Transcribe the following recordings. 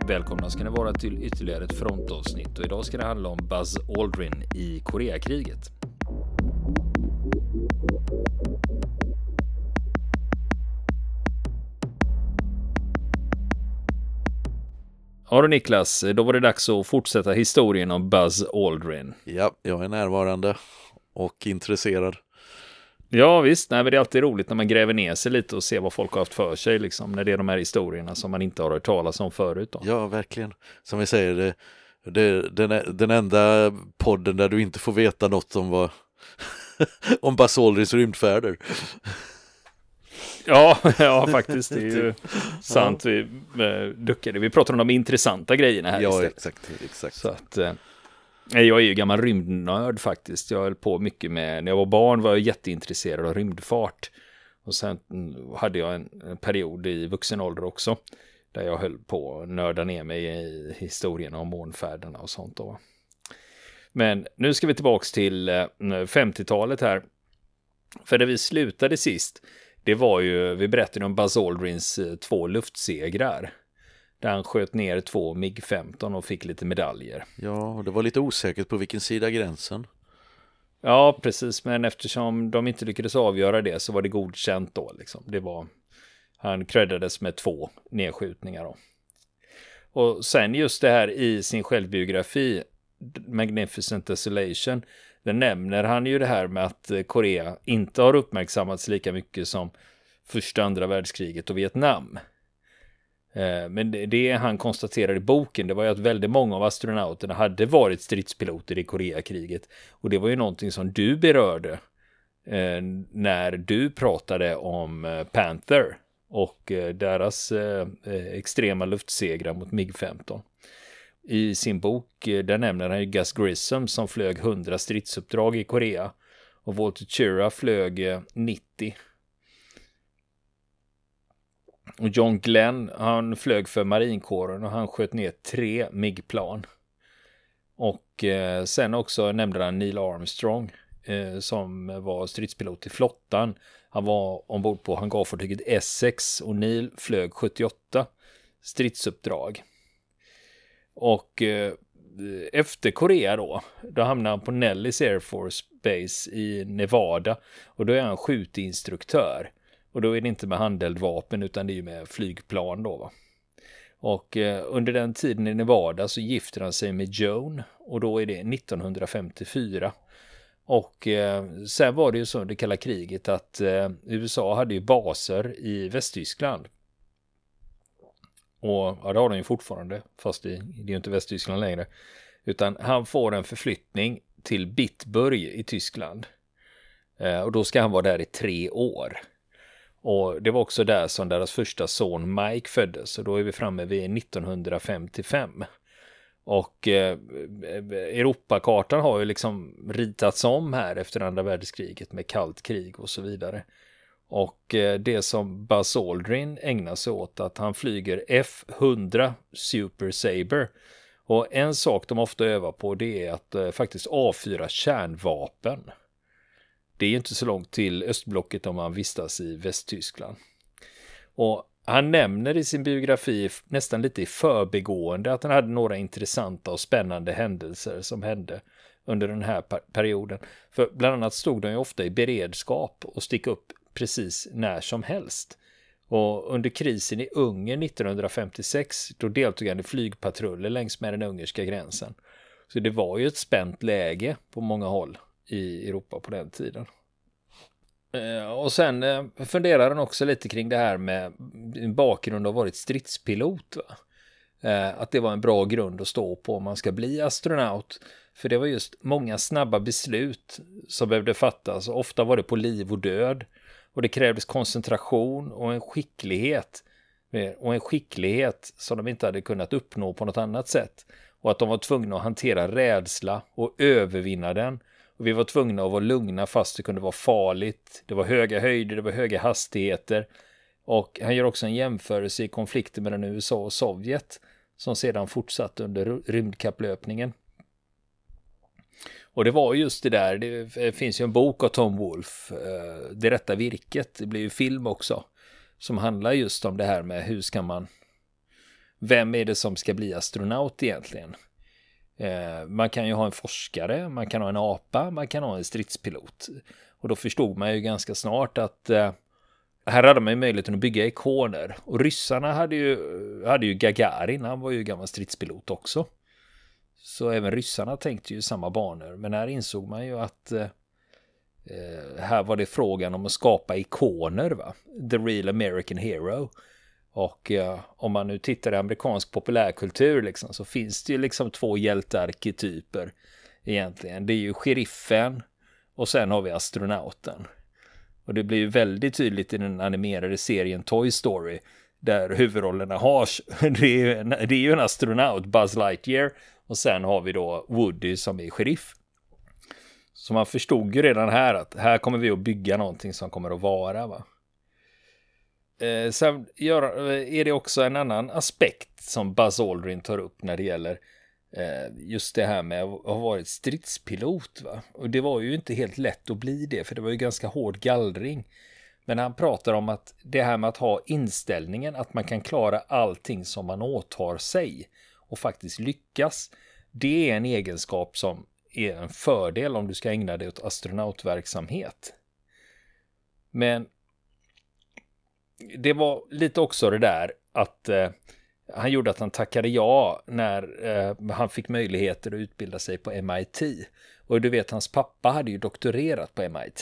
välkomna ska ni vara till ytterligare ett frontavsnitt och idag ska det handla om Buzz Aldrin i Koreakriget. Ja då Niklas, då var det dags att fortsätta historien om Buzz Aldrin. Ja, jag är närvarande och intresserad. Ja visst, nej, men det är alltid roligt när man gräver ner sig lite och ser vad folk har haft för sig liksom, när det är de här historierna som man inte har hört talas om förut då. Ja, verkligen. Som vi säger, den enda podden där du inte får veta något om om Buzz Aldrins rymdfärder. Ja, faktiskt, det är ju sant. Vi duckade. Vi pratar om de intressanta grejerna här istället. Ja, exakt. Så att, jag är ju gammal rymdnörd faktiskt. Jag höll på mycket med, när jag var barn var jag jätteintresserad av rymdfart. Och sen hade jag en period i vuxen ålder också, där jag höll på att nörda ner mig i historierna om månfärderna och sånt då. Men nu ska vi tillbaks till 50-talet här. För det vi slutade sist, det var ju, vi berättade om Buzz Aldrins 2 luftsegrar. Där han sköt ner 2 MiG-15 och fick lite medaljer. Ja, och det var lite osäkert på vilken sida gränsen. Ja, precis. Men eftersom de inte lyckades avgöra det så var det godkänt då. Liksom. Det var, han creddades med 2 nedskjutningar då. Och sen just det här i sin självbiografi, Magnificent Desolation, där nämner han ju det här med att Korea inte har uppmärksammats lika mycket som första och andra världskriget och Vietnam. Men det han konstaterade i boken, det var ju att väldigt många av astronauterna hade varit stridspiloter i Koreakriget. Och det var ju någonting som du berörde när du pratade om Panther och deras extrema luftsegrar mot MiG-15. I sin bok där nämner han ju Gus Grissom som flög 100 stridsuppdrag i Korea. Och Walter Chura flög 90. Och John Glenn, han flög för marinkåren och han sköt ner 3 MiG-plan. Och sen också nämnde han Neil Armstrong som var stridspilot i flottan. Han var ombord på hangarfartyget Essex och Neil flög 78 stridsuppdrag. Och efter Korea då hamnade han på Nellis Air Force Base i Nevada. Och då är han skjutinstruktör. Och då är det inte med handeldvapen utan det är ju med flygplan då va. Och under den tiden i Nevada så gifter han sig med Joan. Och då är det 1954. Och sen var det ju så under kalla kriget att USA hade ju baser i Västtyskland. Och ja, det har de ju fortfarande, fast det är ju inte Västtyskland längre. Utan han får en förflyttning till Bitburg i Tyskland. Och då ska han vara där i 3 år. Och det var också där som deras första son Mike föddes. Och då är vi framme vid 1955. Och Europakartan har ju liksom ritats om här efter andra världskriget med kallt krig och så vidare. Och det som Buzz Aldrin ägnar sig åt att han flyger F-100 Super Sabre. Och en sak de ofta övar på det är att faktiskt avfyra kärnvapen. Det är ju inte så långt till östblocket om man vistas i Västtyskland. Och han nämner i sin biografi nästan lite i förbigående att han hade några intressanta och spännande händelser som hände under den här perioden. För bland annat stod de ju ofta i beredskap och stick upp precis när som helst. Och under krisen i Ungern 1956 då deltog han i flygpatruller längs med den ungerska gränsen. Så det var ju ett spänt läge på många håll i Europa på den tiden. Och sen funderar han också lite kring det här med bakgrund av varit stridspilot va? Att det var en bra grund att stå på om man ska bli astronaut. För det var just många snabba beslut som behövde fattas. Och ofta var det på liv och död. Och det krävdes koncentration och en skicklighet. Och en skicklighet som de inte hade kunnat uppnå på något annat sätt. Och att de var tvungna att hantera rädsla och övervinna den. Och vi var tvungna att vara lugna fast det kunde vara farligt. Det var höga höjder, det var höga hastigheter. Och han gör också en jämförelse i konflikten mellan USA och Sovjet som sedan fortsatte under rymdkapplöpningen. Och det var just det där, det finns ju en bok av Tom Wolfe, Det rätta virket, det blir ju film också, som handlar just om det här med hur ska man vem är det som ska bli astronaut egentligen? Man kan ju ha en forskare, man kan ha en apa, man kan ha en stridspilot. Och då förstod man ju ganska snart att här hade man ju möjligheten att bygga ikoner. Och ryssarna hade ju Gagarin, han var ju gammal stridspilot också. Så även ryssarna tänkte ju samma banor. Men här insåg man ju att här var det frågan om att skapa ikoner, va? The real American hero. Och om man nu tittar i amerikansk populärkultur liksom, så finns det ju liksom 2 hjältearketyper egentligen. Det är ju sheriffen och sen har vi astronauten. Och det blir ju väldigt tydligt i den animerade serien Toy Story, där huvudrollerna har det är ju en astronaut, Buzz Lightyear, och sen har vi då Woody som är sheriff. Så man förstod ju redan här att här kommer vi att bygga någonting som kommer att vara, va? Sen är det också en annan aspekt som Buzz Aldrin tar upp när det gäller just det här med att ha varit stridspilot, va? Och det var ju inte helt lätt att bli det, för det var ju ganska hård gallring. Men han pratar om att det här med att ha inställningen att man kan klara allting som man åtar sig och faktiskt lyckas, det är en egenskap som är en fördel om du ska ägna dig åt astronautverksamhet. Men det var lite också det där att han gjorde att han tackade ja när han fick möjligheter att utbilda sig på MIT. Och du vet, hans pappa hade ju doktorerat på MIT.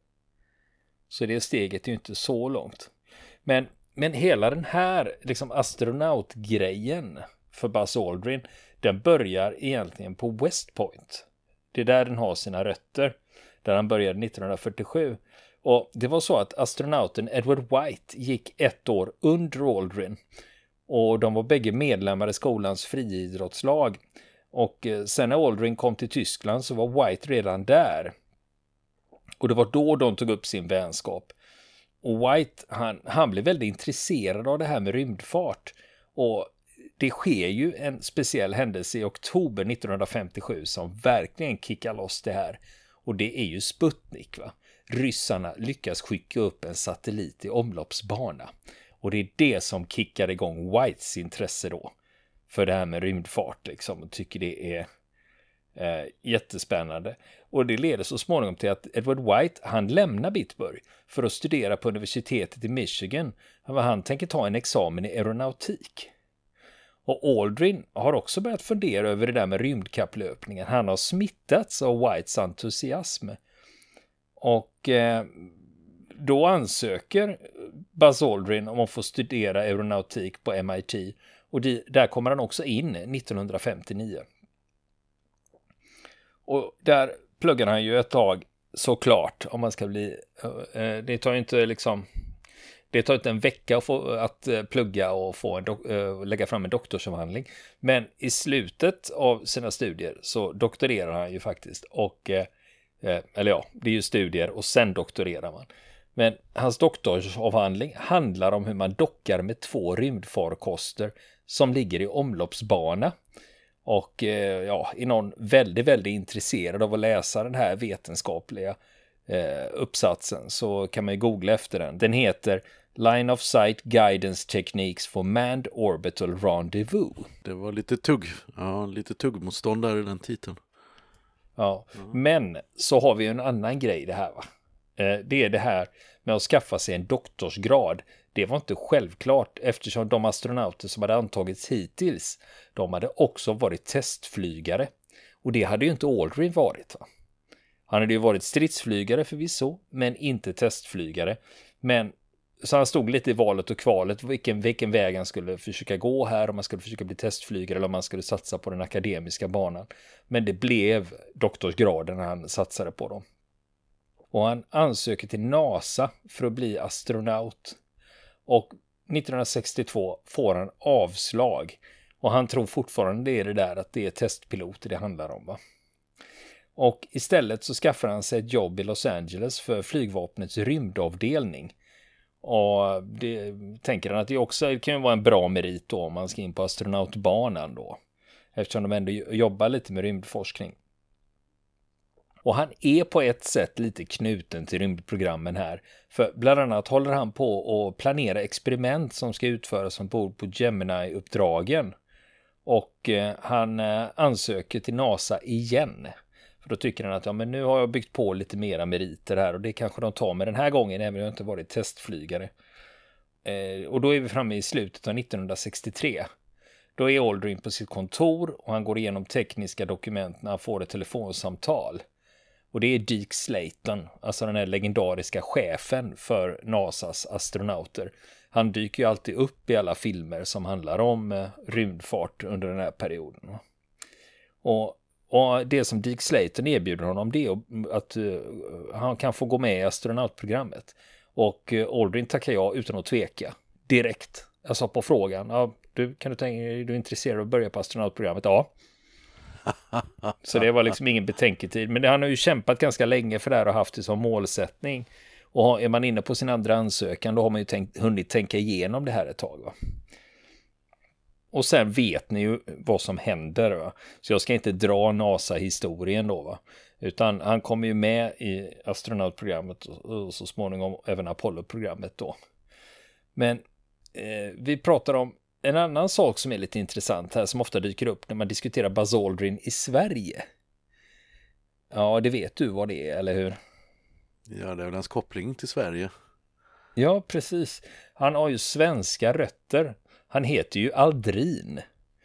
Så det steget är ju inte så långt. Men hela den här liksom astronautgrejen för Buzz Aldrin, den börjar egentligen på West Point. Det är där den har sina rötter. Där han började 1947. Och det var så att astronauten Edward White gick 1 år under Aldrin. Och de var bägge medlemmar i skolans friidrottslag. Och sen när Aldrin kom till Tyskland så var White redan där. Och det var då de tog upp sin vänskap. Och White, han blev väldigt intresserad av det här med rymdfart. Och det sker ju en speciell händelse i oktober 1957 som verkligen kickar loss det här. Och det är ju Sputnik, va? Ryssarna lyckas skicka upp en satellit i omloppsbana. Och det är det som kickar igång Whites intresse då. För det här med rymdfart liksom. Och tycker det är jättespännande. Och det leder så småningom till att Edward White, han lämnar Pittsburgh för att studera på universitetet i Michigan. Han tänker ta en examen i aeronautik. Och Aldrin har också börjat fundera över det där med rymdkapplöpningen. Han har smittats av Whites entusiasm. Och då ansöker Buzz Aldrin om att få studera aeronautik på MIT. Och där kommer han också in 1959. Och där pluggar han ju ett tag, såklart, om man ska bli... Det tar inte en vecka att plugga och få lägga fram en doktorsavhandling. Men i slutet av sina studier så doktorerar han ju faktiskt. Och, eller ja, det är ju studier och sen doktorerar man. Men hans doktorsavhandling handlar om hur man dockar med 2 rymdfarkoster som ligger i omloppsbana. Och är någon väldigt, väldigt intresserad av att läsa den här vetenskapliga uppsatsen så kan man ju googla efter den. Den heter Line of Sight Guidance Techniques for Manned Orbital Rendezvous. Det var lite tuggmotstånd där i den titeln. Ja, men så har vi en annan grej det här, va? Det är det här med att skaffa sig en doktorsgrad. Det var inte självklart eftersom de astronauter som hade antagits hittills, de hade också varit testflygare. Och det hade ju inte Aldrin varit, va? Han hade ju varit stridsflygare förvisso, men inte testflygare. Men så han stod lite i valet och kvalet vilken väg han skulle försöka gå här, om man skulle försöka bli testflygare eller om man skulle satsa på den akademiska banan. Men det blev doktorsgraden när han satsade på dem. Och han ansöker till NASA för att bli astronaut. Och 1962 får han avslag. Och han tror fortfarande det är det där att det är testpiloter det handlar om, va? Och istället så skaffar han sig ett jobb i Los Angeles för flygvapnets rymdavdelning. Och det tänker han att det kan ju vara en bra merit då om man ska in på astronautbanan då. Eftersom de ändå jobbar lite med rymdforskning. Och han är på ett sätt lite knuten till rymdprogrammen här. För bland annat håller han på att planera experiment som ska utföras ombord på Gemini-uppdragen. Och han ansöker till NASA igen. För då tycker han att ja, men nu har jag byggt på lite mera meriter här. Och det kanske de tar med den här gången, även om jag inte varit testflygare. Och då är vi framme i slutet av 1963. Då är Aldrin på sitt kontor och han går igenom tekniska dokument när han får ett telefonsamtal. Och det är Deke Slayton, alltså den här legendariska chefen för NASAs astronauter. Han dyker ju alltid upp i alla filmer som handlar om rymdfart under den här perioden. Och det som Deke Slayton erbjuder honom, det är att han kan få gå med i astronautprogrammet. Och Aldrin tackar ja utan att tveka. Direkt. Alltså på frågan. Ja, du är intresserad av att börja på astronautprogrammet? Ja. Så det var liksom ingen betänketid. Men han har ju kämpat ganska länge för det här och haft det som målsättning. Och är man inne på sin andra ansökan, då har man ju hunnit tänka igenom det här ett tag, va? Och sen vet ni ju vad som händer, va? Så jag ska inte dra NASA-historien då, va? Utan han kommer ju med i astronautprogrammet och så småningom även Apollo-programmet då. Men vi pratar om en annan sak som är lite intressant här, som ofta dyker upp när man diskuterar Buzz Aldrin i Sverige. Ja, det vet du vad det är, eller hur? Ja, det är väl hans koppling till Sverige. Ja, precis. Han har ju svenska rötter. Han heter ju Aldrin.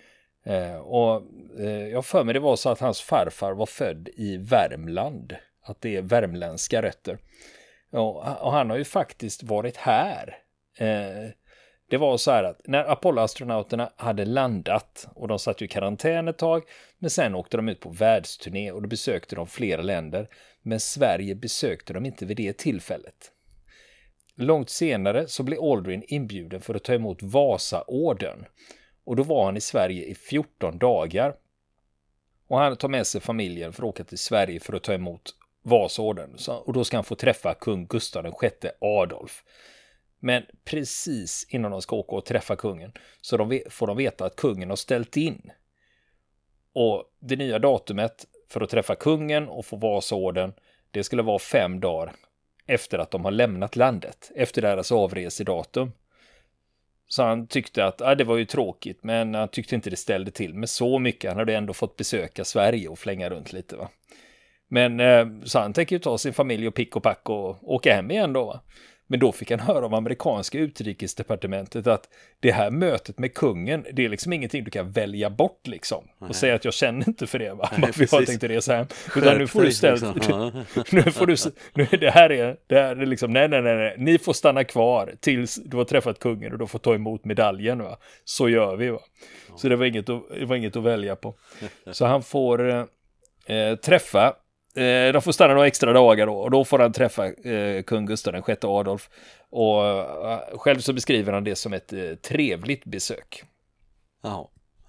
Jag för mig det var så att hans farfar var född i Värmland. Att det är värmländska rötter. Och han har ju faktiskt varit här. Det var så här att när Apollo-astronauterna hade landat och de satt ju i karantän ett tag, men sen åkte de ut på världsturné och då besökte de flera länder, men Sverige besökte de inte vid det tillfället. Långt senare så blev Aldrin inbjuden för att ta emot Vasaorden och då var han i Sverige i 14 dagar. Och han tar med sig familjen för att åka till Sverige för att ta emot Vasaorden och då ska han få träffa kung Gustav VI Adolf. Men precis innan de ska åka och träffa kungen så får de veta att kungen har ställt in. Och det nya datumet för att träffa kungen och få Vasaorden, det skulle vara 5 dagar efter att de har lämnat landet, efter deras avresedatum. Så han tyckte att det var ju tråkigt, men han tyckte inte det ställde till med så mycket. Han hade ändå fått besöka Sverige och flänga runt lite, va. Men så han tänker ju ta sin familj och pick och pack och åka hem igen då, va. Men då fick han höra av amerikanska utrikesdepartementet att det här mötet med kungen, det är liksom ingenting du kan välja bort liksom. Och säga att jag känner inte för det, va. Vi har tänkt resa hem. Utan nu får du ställt, nu får du, det här är liksom, nej. Ni får stanna kvar tills du har träffat kungen och då får ta emot medaljen, va. Så gör vi, va. Så det var inget att välja på. Så han får träffa. De får stanna några extra dagar då och då får han träffa kung Gustav VI Adolf och själv så beskriver han det som ett trevligt besök. Ja.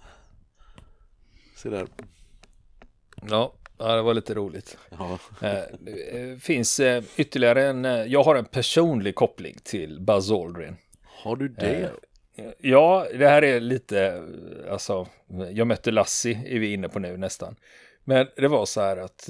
Se där. Ja, det var lite roligt. Ja. Finns ytterligare jag har en personlig koppling till Buzz Aldrin. Har du det? Ja, det här är lite, alltså, jag mötte Lassie är vi inne på nu nästan. Men det var så här att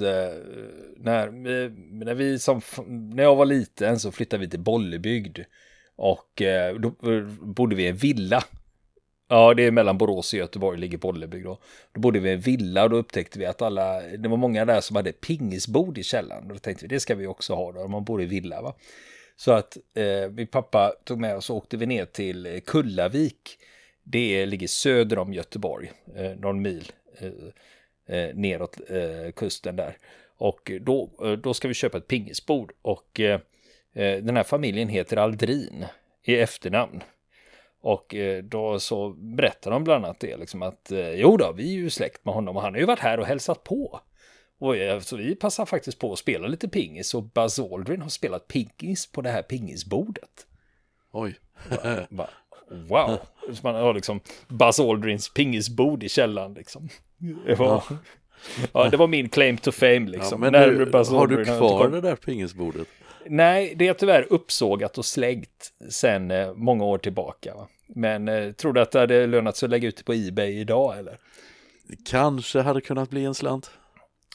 när jag var liten så flyttade vi till Bollebygd och då bodde vi i en villa. Ja, det är mellan Borås och Göteborg ligger Bollebygd då. Då bodde vi i en villa och då upptäckte vi att det var många där som hade pingisbord i källaren. Då tänkte vi, det ska vi också ha då, om man bor i villa, va. Så att min pappa tog med oss och åkte vi ner till Kullavik. Det ligger söder om Göteborg, någon mil neråt kusten där. Och då ska vi köpa ett pingisbord. Och den här familjen heter Aldrin i efternamn. Och då så berättar de bland annat det liksom att jo då, vi är ju släkt med honom och han har ju varit här och hälsat på. Och så vi passar faktiskt på att spela lite pingis och Buzz Aldrin har spelat pingis på det här pingisbordet. Oj. Wow. Så man har liksom Buzz Aldrins pingisbord i källaren liksom. Det var min claim to fame liksom. Ja, men har du kvar det där pingisbordet? Nej, det är tyvärr uppsågat och slängt sen många år tillbaka, va? Men tror du att det hade lönat sig att lägga ut det på eBay idag eller? Kanske hade kunnat bli en slant.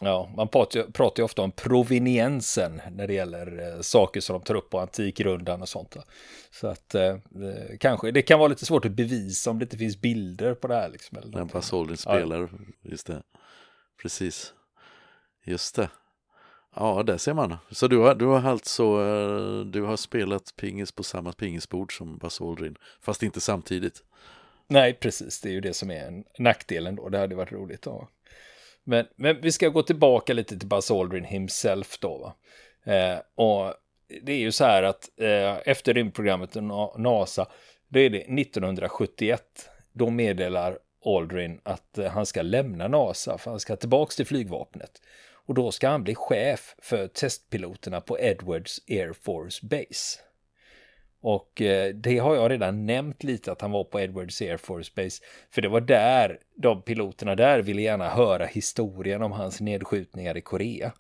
Ja, man pratar ju ofta om proveniensen när det gäller saker som de tar upp på Antikrundan och sånt. Så att kanske det kan vara lite svårt att bevisa om det inte finns bilder på det här. Liksom, eller när Buzz Aldrin spelar, just det. Precis. Just det. Ja, där ser man. Så du har spelat pingis på samma pingisbord som Buzz Aldrin, fast inte samtidigt. Nej, precis. Det är ju det som är en nackdelen då. Det hade varit roligt då. Men vi ska gå tillbaka lite till Buzz Aldrin himself då, va? Och det är ju så här att efter rymdprogrammet och NASA, då är det 1971. Då meddelar Aldrin att han ska lämna NASA, för han ska tillbaka till flygvapnet. Och då ska han bli chef för testpiloterna på Edwards Air Force Base. Och det har jag redan nämnt lite, att han var på Edwards Air Force Base. För det var där, de piloterna där ville gärna höra historien om hans nedskjutningar i Korea.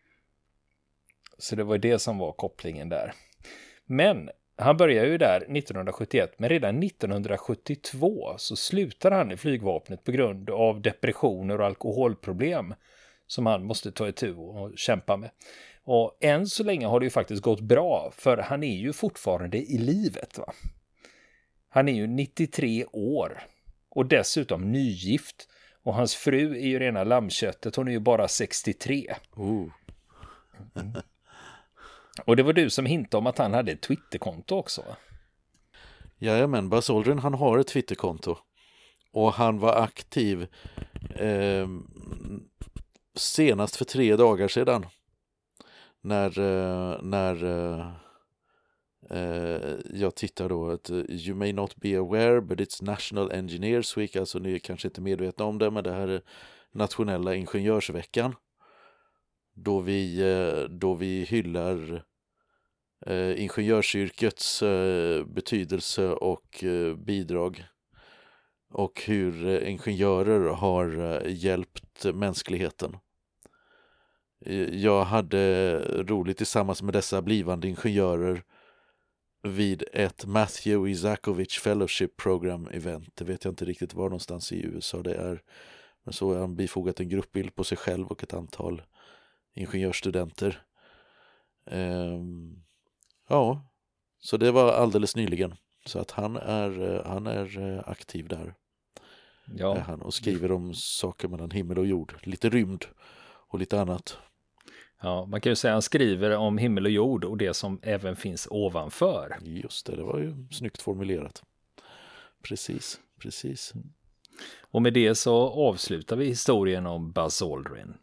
Så det var det som var kopplingen där. Men han började ju där 1971, men redan 1972 så slutar han i flygvapnet på grund av depressioner och alkoholproblem som han måste ta itu och kämpa med. Och än så länge har det ju faktiskt gått bra, för han är ju fortfarande i livet, va? Han är ju 93 år och dessutom nygift, och hans fru är ju rena lammköttet, hon är ju bara 63. Och det var du som hintade om att han hade ett Twitterkonto också, va? Jajamän, Buzz Aldrin, han har ett Twitterkonto och han var aktiv senast för 3 dagar sedan när jag tittar då att you may not be aware but it's National Engineers Week, alltså ni är kanske inte medvetna om det, men det här är nationella ingenjörsveckan då vi hyllar ingenjörsyrkets betydelse och bidrag och hur ingenjörer har hjälpt mänskligheten. Jag hade roligt tillsammans med dessa blivande ingenjörer vid ett Matthew Isakovich Fellowship Program event. Det vet jag inte riktigt var någonstans i USA det är. Men så har han bifogat en gruppbild på sig själv och ett antal ingenjörsstudenter. Ja, så det var alldeles nyligen. Så att han är aktiv där. Ja. Han och skriver om saker mellan himmel och jord. Lite rymd och lite annat. Ja, man kan ju säga att han skriver om himmel och jord och det som även finns ovanför. Just det var ju snyggt formulerat. Precis. Och med det så avslutar vi historien om Buzz Aldrin.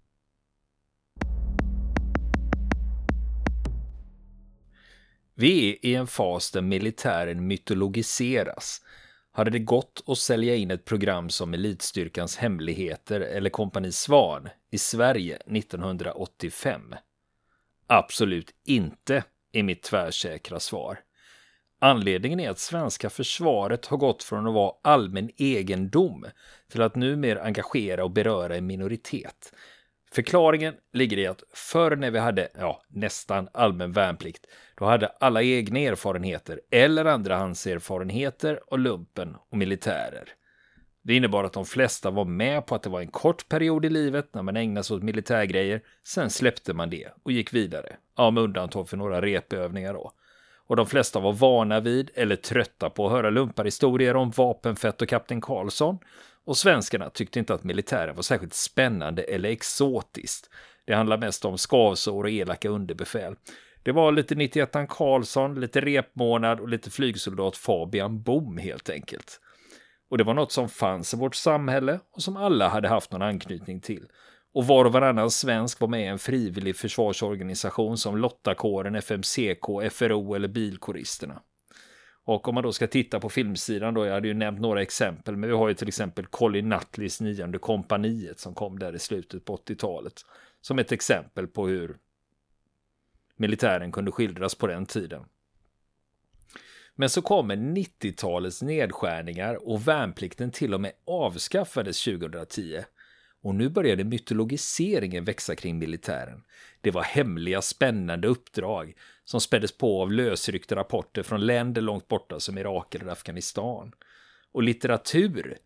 Vi är i en fas där militären mytologiseras. Hade det gått att sälja in ett program som Elitstyrkans hemligheter eller Kompani Svan i Sverige 1985? Absolut inte, är mitt tvärsäkra svar. Anledningen är att svenska försvaret har gått från att vara allmän egendom till att numera engagera och beröra en minoritet. Förklaringen ligger i att förr när vi hade nästan allmän värnplikt, då hade alla egna erfarenheter eller andrahandserfarenheter av lumpen och militärer. Det innebar att de flesta var med på att det var en kort period i livet när man ägnade sig åt militärgrejer, sen släppte man det och gick vidare. Ja, med undantag för några repövningar då. Och de flesta var vana vid eller trötta på att höra lumparhistorier om Vapenfett och Kapten Karlsson. Och svenskarna tyckte inte att militären var särskilt spännande eller exotiskt. Det handlar mest om skavsår och elaka underbefäl. Det var lite 91an Karlsson, lite repmånad och lite flygsoldat Fabian Boom helt enkelt. Och det var något som fanns i vårt samhälle och som alla hade haft någon anknytning till. Och var och varannan svensk var med i en frivillig försvarsorganisation som Lottakåren, FMCK, FRO eller Bilkåristerna. Och om man då ska titta på filmsidan då, jag hade ju nämnt några exempel, men vi har ju till exempel Colin Nutleys 9:e kompaniet som kom där i slutet på 80-talet. Som ett exempel på hur militären kunde skildras på den tiden. Men så kommer 90-talets nedskärningar och värnplikten till och med avskaffades 2010. Och nu började mytologiseringen växa kring militären. Det var hemliga, spännande uppdrag som späddes på av lösryckta rapporter från länder långt borta som Irak eller Afghanistan. Och litteratur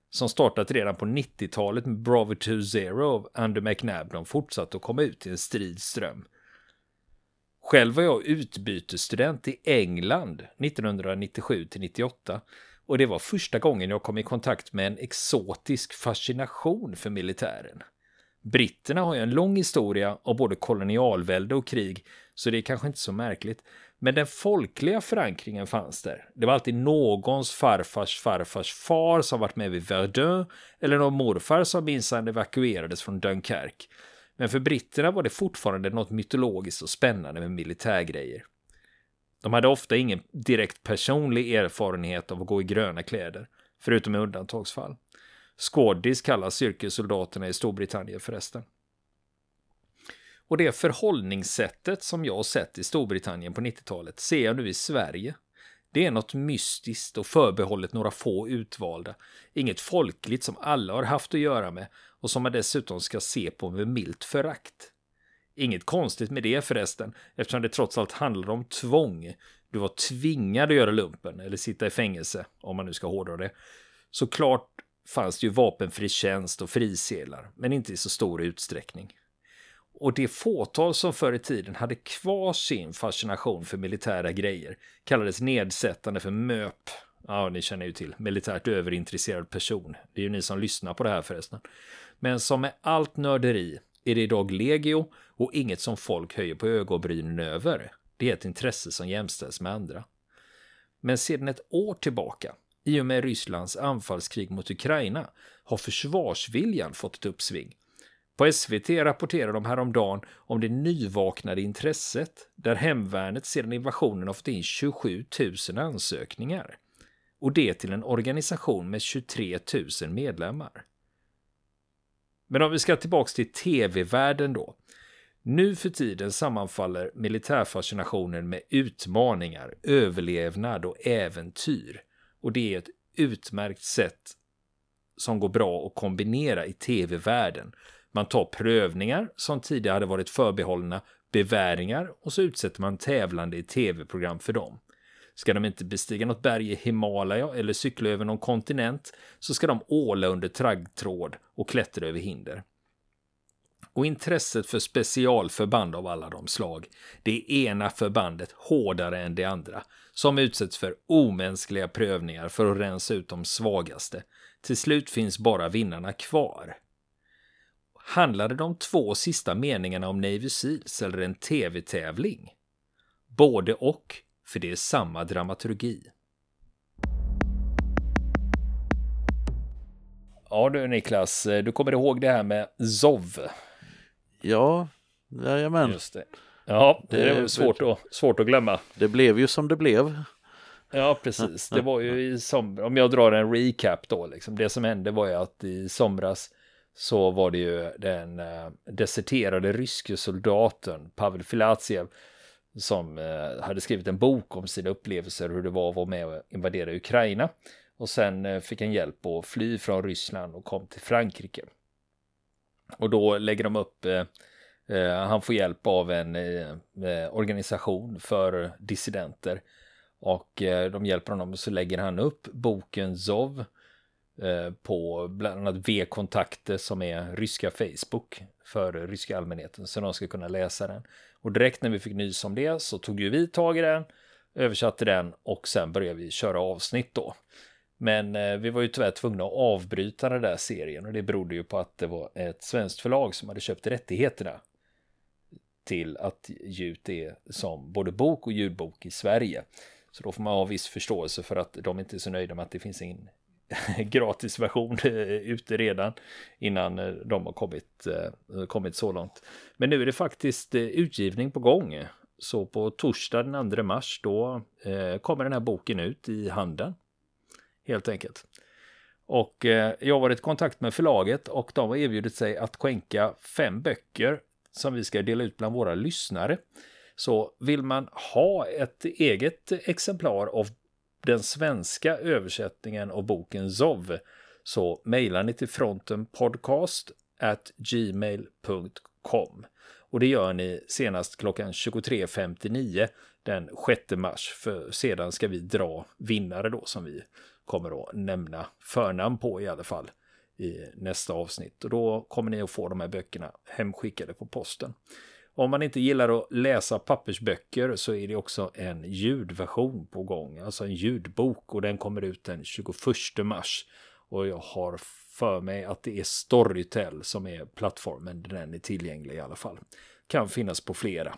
som startat redan på 90-talet med Bravo 20 av Andy McNabb, de fortsatte att komma ut i en strid ström. Själv var jag utbytesstudent i England 1997-98 och det var första gången jag kom i kontakt med en exotisk fascination för militären. Britterna har ju en lång historia av både kolonialvälde och krig, så det är kanske inte så märkligt. Men den folkliga förankringen fanns där. Det var alltid någons farfars far som varit med vid Verdun eller någon morfar som minsann evakuerades från Dunkirk. Men för britterna var det fortfarande något mytologiskt och spännande med militärgrejer. De hade ofta ingen direkt personlig erfarenhet av att gå i gröna kläder, förutom i undantagsfall. Squaddies kallas yrkessoldaterna i Storbritannien förresten. Och det förhållningssättet som jag har sett i Storbritannien på 90-talet ser jag nu i Sverige. Det är något mystiskt och förbehållet några få utvalda. Inget folkligt som alla har haft att göra med och som man dessutom ska se på med milt förakt. Inget konstigt med det förresten, eftersom det trots allt handlar om tvång. Du var tvingad att göra lumpen eller sitta i fängelse, om man nu ska hårdra det. Såklart fanns det ju vapenfri tjänst och frisedlar, men inte i så stor utsträckning. Och det fåtal som förr i tiden hade kvar sin fascination för militära grejer kallades nedsättande för MÖP. Ja, ni känner ju till, militärt överintresserad person. Det är ju ni som lyssnar på det här förresten. Men som med allt nörderi är det idag legio och inget som folk höjer på ögonbrynen över. Det är ett intresse som jämställs med andra. Men sedan ett år tillbaka, i och med Rysslands anfallskrig mot Ukraina, har försvarsviljan fått ett uppsving. På SVT rapporterar de häromdagen om det nyvaknade intresset, där hemvärnet sedan invasionen har fått in 27 000 ansökningar. Och det till en organisation med 23 000 medlemmar. Men om vi ska tillbaka till tv-världen då. Nu för tiden sammanfaller militärfascinationen med utmaningar, överlevnad och äventyr. Och det är ett utmärkt sätt som går bra att kombinera i tv-världen. Man tar prövningar som tidigare hade varit förbehållna beväringar och så utsätter man tävlande i tv-program för dem. Ska de inte bestiga något berg i Himalaya eller cykla över någon kontinent så ska de åla under traggtråd och klättra över hinder. Och intresset för specialförband av alla de slag, det är ena förbandet hårdare än det andra, som utsätts för omänskliga prövningar för att rensa ut de svagaste. Till slut finns bara vinnarna kvar. Handlade de 2 sista meningarna om Navy Seals eller en tv-tävling? Både och, för det är samma dramaturgi. Ja du Niklas, du kommer ihåg det här med ZOV? Ja, jajamän. Just det. Ja, det är svårt att glömma. Det blev ju som det blev. Ja, precis. Det var ju i somras, om jag drar en recap då, liksom. Det som hände var ju att i somras så var det ju den deserterade ryske soldaten Pavel Filatsev som hade skrivit en bok om sina upplevelser hur det var att vara med och invadera Ukraina. Och sen fick han hjälp att fly från Ryssland och kom till Frankrike. Och då lägger de upp, han får hjälp av en organisation för dissidenter. Och de hjälper honom och så lägger han upp boken ZOV på bland annat V-kontakter som är ryska Facebook för ryska allmänheten så de ska kunna läsa den. Och direkt när vi fick nys om det så tog ju vi tag i den, översatte den och sen började vi köra avsnitt då. Men vi var ju tyvärr tvungna att avbryta den där serien och det berodde ju på att det var ett svenskt förlag som hade köpt rättigheterna till att ge ut det som både bok och ljudbok i Sverige. Så då får man ha viss förståelse för att de inte är så nöjda med att det finns en gratisversion ute redan innan de har kommit så långt. Men nu är det faktiskt utgivning på gång. Så på torsdag den 2 mars då kommer den här boken ut i handeln. Helt enkelt. Och jag har varit i kontakt med förlaget och de har erbjudit sig att skänka 5 böcker som vi ska dela ut bland våra lyssnare. Så vill man ha ett eget exemplar av den svenska översättningen av boken ZOV så mejlar ni till frontenpodcast@gmail.com och det gör ni senast klockan 23.59 den 6 mars för sedan ska vi dra vinnare då som vi kommer att nämna förnamn på i alla fall i nästa avsnitt. Och då kommer ni att få de här böckerna hemskickade på posten. Om man inte gillar att läsa pappersböcker så är det också en ljudversion på gång. Alltså en ljudbok, och den kommer ut den 21 mars. Och jag har för mig att det är Storytel som är plattformen där den är tillgänglig i alla fall. Kan finnas på flera.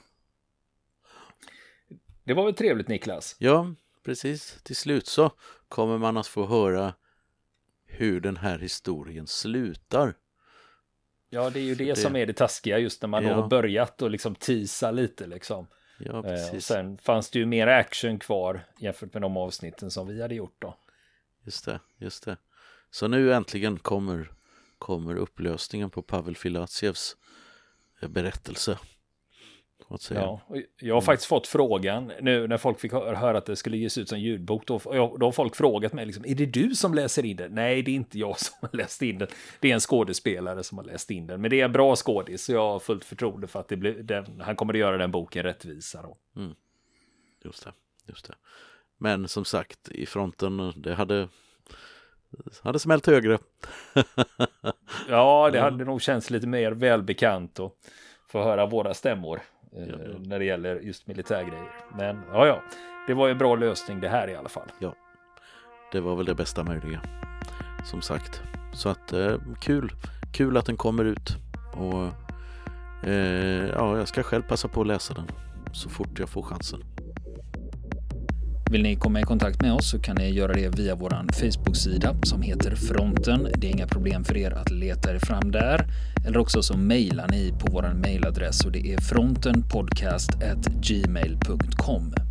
Det var väl trevligt, Niklas? Ja, precis. Till slut så kommer man att få höra hur den här historien slutar. Ja, det är ju det som är det taskiga just när man då har börjat och liksom teasa lite liksom. Ja, precis. Och sen fanns det ju mer action kvar jämfört med de avsnitten som vi hade gjort då. Just det. Så nu äntligen kommer upplösningen på Pavel Filatsjevs berättelse. Ja, jag har faktiskt fått frågan nu när folk fick höra att det skulle ges ut som ljudbok. Då har folk frågat mig liksom, är det du som läser in den? Nej, det är inte jag som har läst in den. Det är en skådespelare som har läst in den. Men det är en bra skådis, så jag har fullt förtroende för att han kommer att göra den boken rättvisa då. Just det. Men som sagt, i fronten, det hade smält högre. Ja, det hade nog känts lite mer välbekant att få höra våra stämmor när det gäller just militärgrejer. Men ja, det var en bra lösning det här i alla fall. Ja, det var väl det bästa möjliga, som sagt. Så att kul att den kommer ut. Och jag ska själv passa på att läsa den så fort jag får chansen. Vill ni komma i kontakt med oss så kan ni göra det via vår Facebook-sida som heter Fronten. Det är inga problem för er att leta er fram där. Eller också så mejlar ni på vår mejladress, och det är frontenpodcast@gmail.com.